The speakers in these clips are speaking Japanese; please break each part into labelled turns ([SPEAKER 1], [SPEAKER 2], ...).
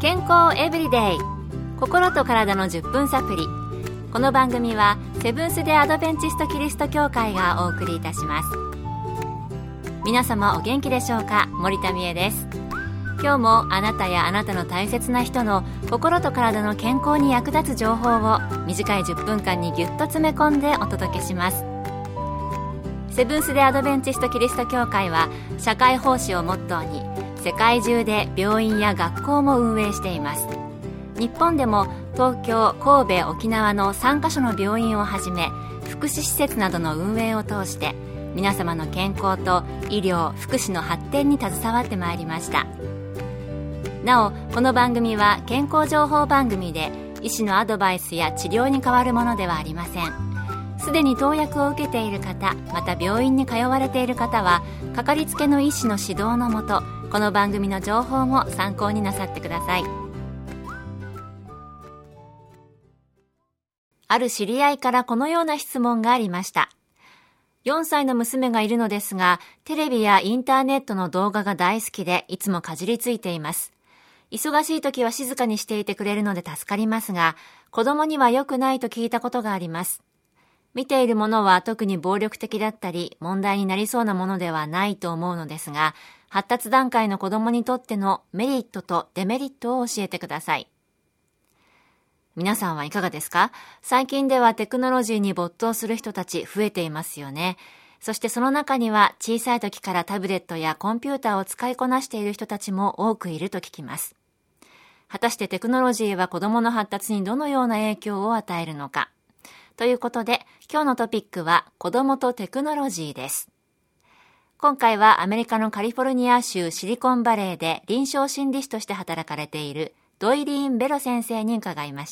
[SPEAKER 1] 健康エブリデイ、心と体の10分サプリ。この番組はセブンス・デ・アドベンチスト・キリスト教会がお送りいたします。皆様お元気でしょうか。森田美恵です。今日もあなたやあなたの大切な人の心と体の健康に役立つ情報を短い10分間にぎゅっと詰め込んでお届けします。セブンス・デ・アドベンチスト・キリスト教会は社会奉仕をモットーに世界中で病院や学校も運営しています。日本でも東京、神戸、沖縄の3カ所の病院をはじめ福祉施設などの運営を通して皆様の健康と医療・福祉の発展に携わってまいりました。なお、この番組は健康情報番組で医師のアドバイスや治療に代わるものではありません。すでに投薬を受けている方、また病院に通われている方はかかりつけの医師の指導のもと、この番組の情報も参考になさってください。ある知り合いからこのような質問がありました。4歳の娘がいるのですが、テレビやインターネットの動画が大好きでいつもかじりついています。忙しい時は静かにしていてくれるので助かりますが、子供には良くないと聞いたことがあります。見ているものは特に暴力的だったり問題になりそうなものではないと思うのですが、発達段階の子供にとってのメリットとデメリットを教えてください。皆さんはいかがですか？最近ではテクノロジーに没頭する人たち増えていますよね。そしてその中には小さい時からタブレットやコンピューターを使いこなしている人たちも多くいると聞きます。果たしてテクノロジーは子供の発達にどのような影響を与えるのか。ということで、今日のトピックは子供とテクノロジーです。今回はアメリカのカリフォルニア州シリコンバレーで臨床心理士として働かれているドイリーン・ベロ先生に伺いました。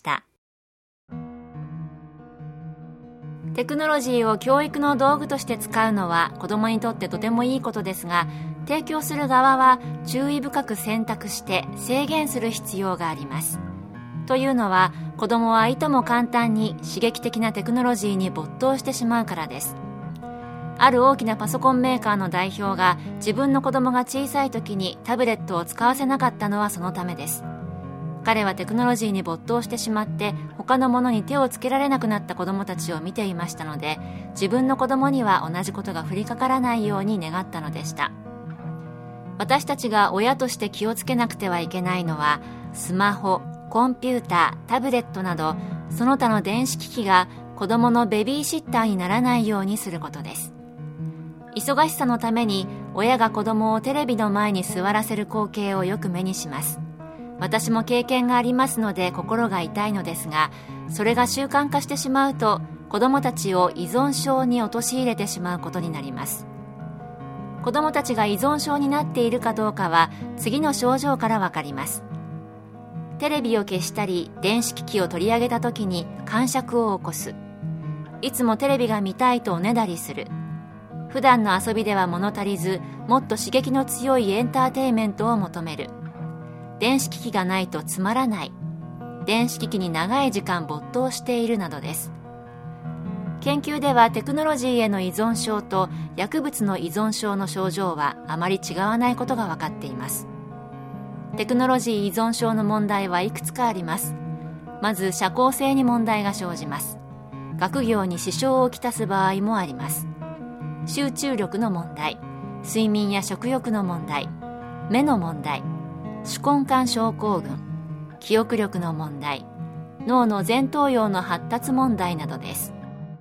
[SPEAKER 1] テクノロジーを教育の道具として使うのは子供にとってとてもいいことですが、提供する側は注意深く選択して制限する必要があります。というのは、子供はいとも簡単に刺激的なテクノロジーに没頭してしまうからです。ある大きなパソコンメーカーの代表が自分の子供が小さい時にタブレットを使わせなかったのはそのためです。彼はテクノロジーに没頭してしまって他のものに手をつけられなくなった子供たちを見ていましたので、自分の子供には同じことが降りかからないように願ったのでした。私たちが親として気をつけなくてはいけないのは、スマホ、コンピューター、タブレットなどその他の電子機器が子供のベビーシッターにならないようにすることです。忙しさのために親が子供をテレビの前に座らせる光景をよく目にします。私も経験がありますので心が痛いのですが、それが習慣化してしまうと子供たちを依存症に陥れてしまうことになります。子供たちが依存症になっているかどうかは次の症状からわかります。テレビを消したり電子機器を取り上げた時に癇癪を起こす。いつもテレビが見たいとおねだりする。普段の遊びでは物足りず、もっと刺激の強いエンターテインメントを求める。電子機器がないとつまらない。電子機器に長い時間没頭しているなどです。研究ではテクノロジーへの依存症と薬物の依存症の症状はあまり違わないことが分かっています。テクノロジー依存症の問題はいくつかあります。まず社交性に問題が生じます。学業に支障をきたす場合もあります。集中力の問題、睡眠や食欲の問題、目の問題、手根管症候群、記憶力の問題、脳の前頭葉の発達問題などです。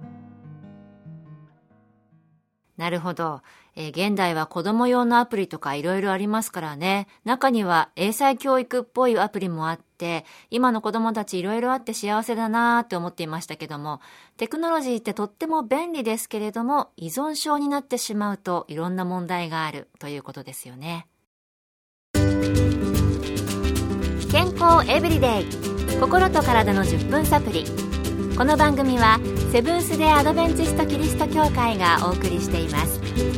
[SPEAKER 1] なるほど。現代は子供用のアプリとかいろいろありますからね。中には英才教育っぽいアプリもあって、今の子供たちいろいろあって幸せだなーって思っていましたけども、テクノロジーってとっても便利ですけれども、依存症になってしまうといろんな問題があるということですよね。健康エブリデイ、心と体の10分サプリ。この番組はセブンス・デ・アドベンチスト・キリスト教会がお送りしています。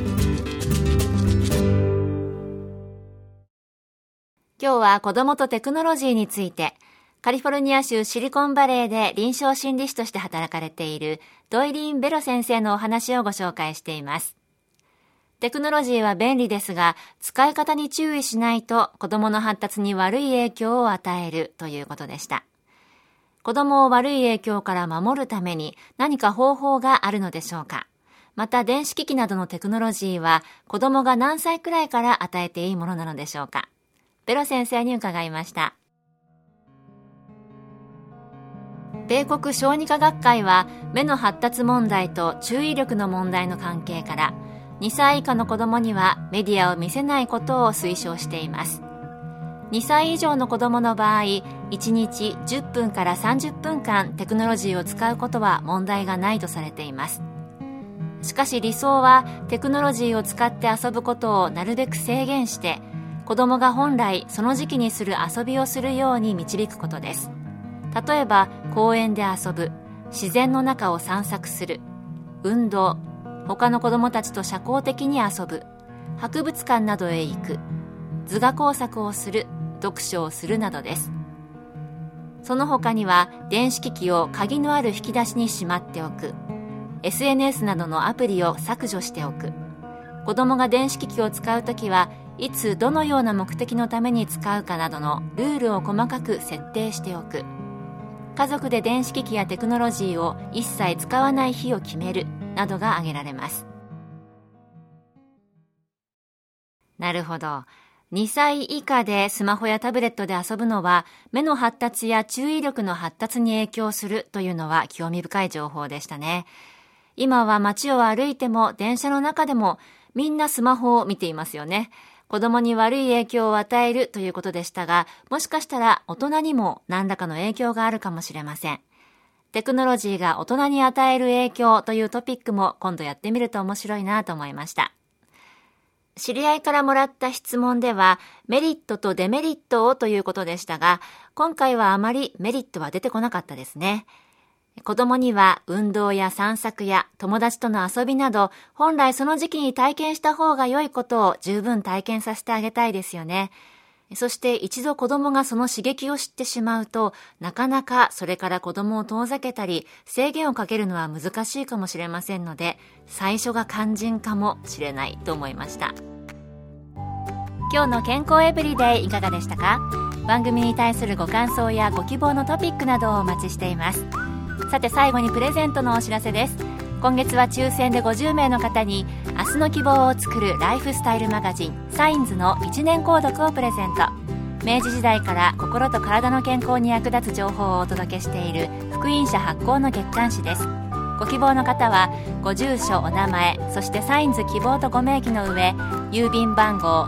[SPEAKER 1] 今日は子供とテクノロジーについて、カリフォルニア州シリコンバレーで臨床心理士として働かれているドイリーン・ベロ先生のお話をご紹介しています。 テクノロジーは便利ですが、使い方に注意しないと子どもの発達に悪い影響を与えるということでした。子どもを悪い影響から守るために何か方法があるのでしょうか。また電子機器などのテクノロジーは子どもが何歳くらいから与えていいものなのでしょうか。ベロ先生に伺いました。米国小児科学会は目の発達問題と注意力の問題の関係から2歳以下の子どもにはメディアを見せないことを推奨しています。2歳以上の子どもの場合、1日10分から30分間テクノロジーを使うことは問題がないとされています。しかし理想はテクノロジーを使って遊ぶことをなるべく制限して、子どもが本来その時期にする遊びをするように導くことです。例えば公園で遊ぶ、自然の中を散策する、運動、他の子どもたちと社交的に遊ぶ、博物館などへ行く、図画工作をする、読書をするなどです。その他には電子機器を鍵のある引き出しにしまっておく、SNS などのアプリを削除しておく、子どもが電子機器を使うときはいつどのような目的のために使うかなどのルールを細かく設定しておく、家族で電子機器やテクノロジーを一切使わない日を決めるなどが挙げられます。なるほど。2歳以下でスマホやタブレットで遊ぶのは目の発達や注意力の発達に影響するというのは興味深い情報でしたね。今は街を歩いても電車の中でもみんなスマホを見ていますよね。子供に悪い影響を与えるということでしたが、もしかしたら大人にも何らかの影響があるかもしれません。テクノロジーが大人に与える影響というトピックも今度やってみると面白いなと思いました。知り合いからもらった質問ではメリットとデメリットをということでしたが、今回はあまりメリットは出てこなかったですね。子供には運動や散策や友達との遊びなど本来その時期に体験した方が良いことを十分体験させてあげたいですよね。そして一度子供がその刺激を知ってしまうとなかなかそれから子供を遠ざけたり制限をかけるのは難しいかもしれませんので、最初が肝心かもしれないと思いました。今日の健康エブリデイいかがでしたか？番組に対するご感想やご希望のトピックなどをお待ちしています。さて最後にプレゼントのお知らせです。今月は抽選で50名の方に明日の希望を作るライフスタイルマガジンサインズの1年購読をプレゼント。明治時代から心と体の健康に役立つ情報をお届けしている福音社発行の月刊誌です。ご希望の方はご住所、お名前、そしてサインズ希望とご明記の上、郵便番号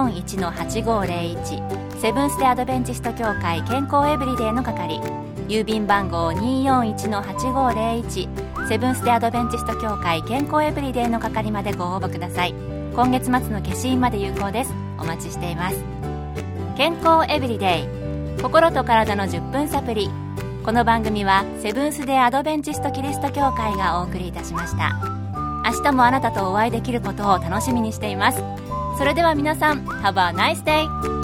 [SPEAKER 1] 241-8501 セブンス・デ・アドベンチスト協会健康エブリデイの係、郵便番号 241-8501 セブンス・デ・アドベンチスト協会健康エブリデイの係までご応募ください。今月末の消印まで有効です。お待ちしています。健康エブリデイ、心と体の10分サプリ。この番組はセブンス・デ・アドベンチストキリスト教会がお送りいたしました。明日もあなたとお会いできることを楽しみにしています。それでは皆さん、Have a nice day!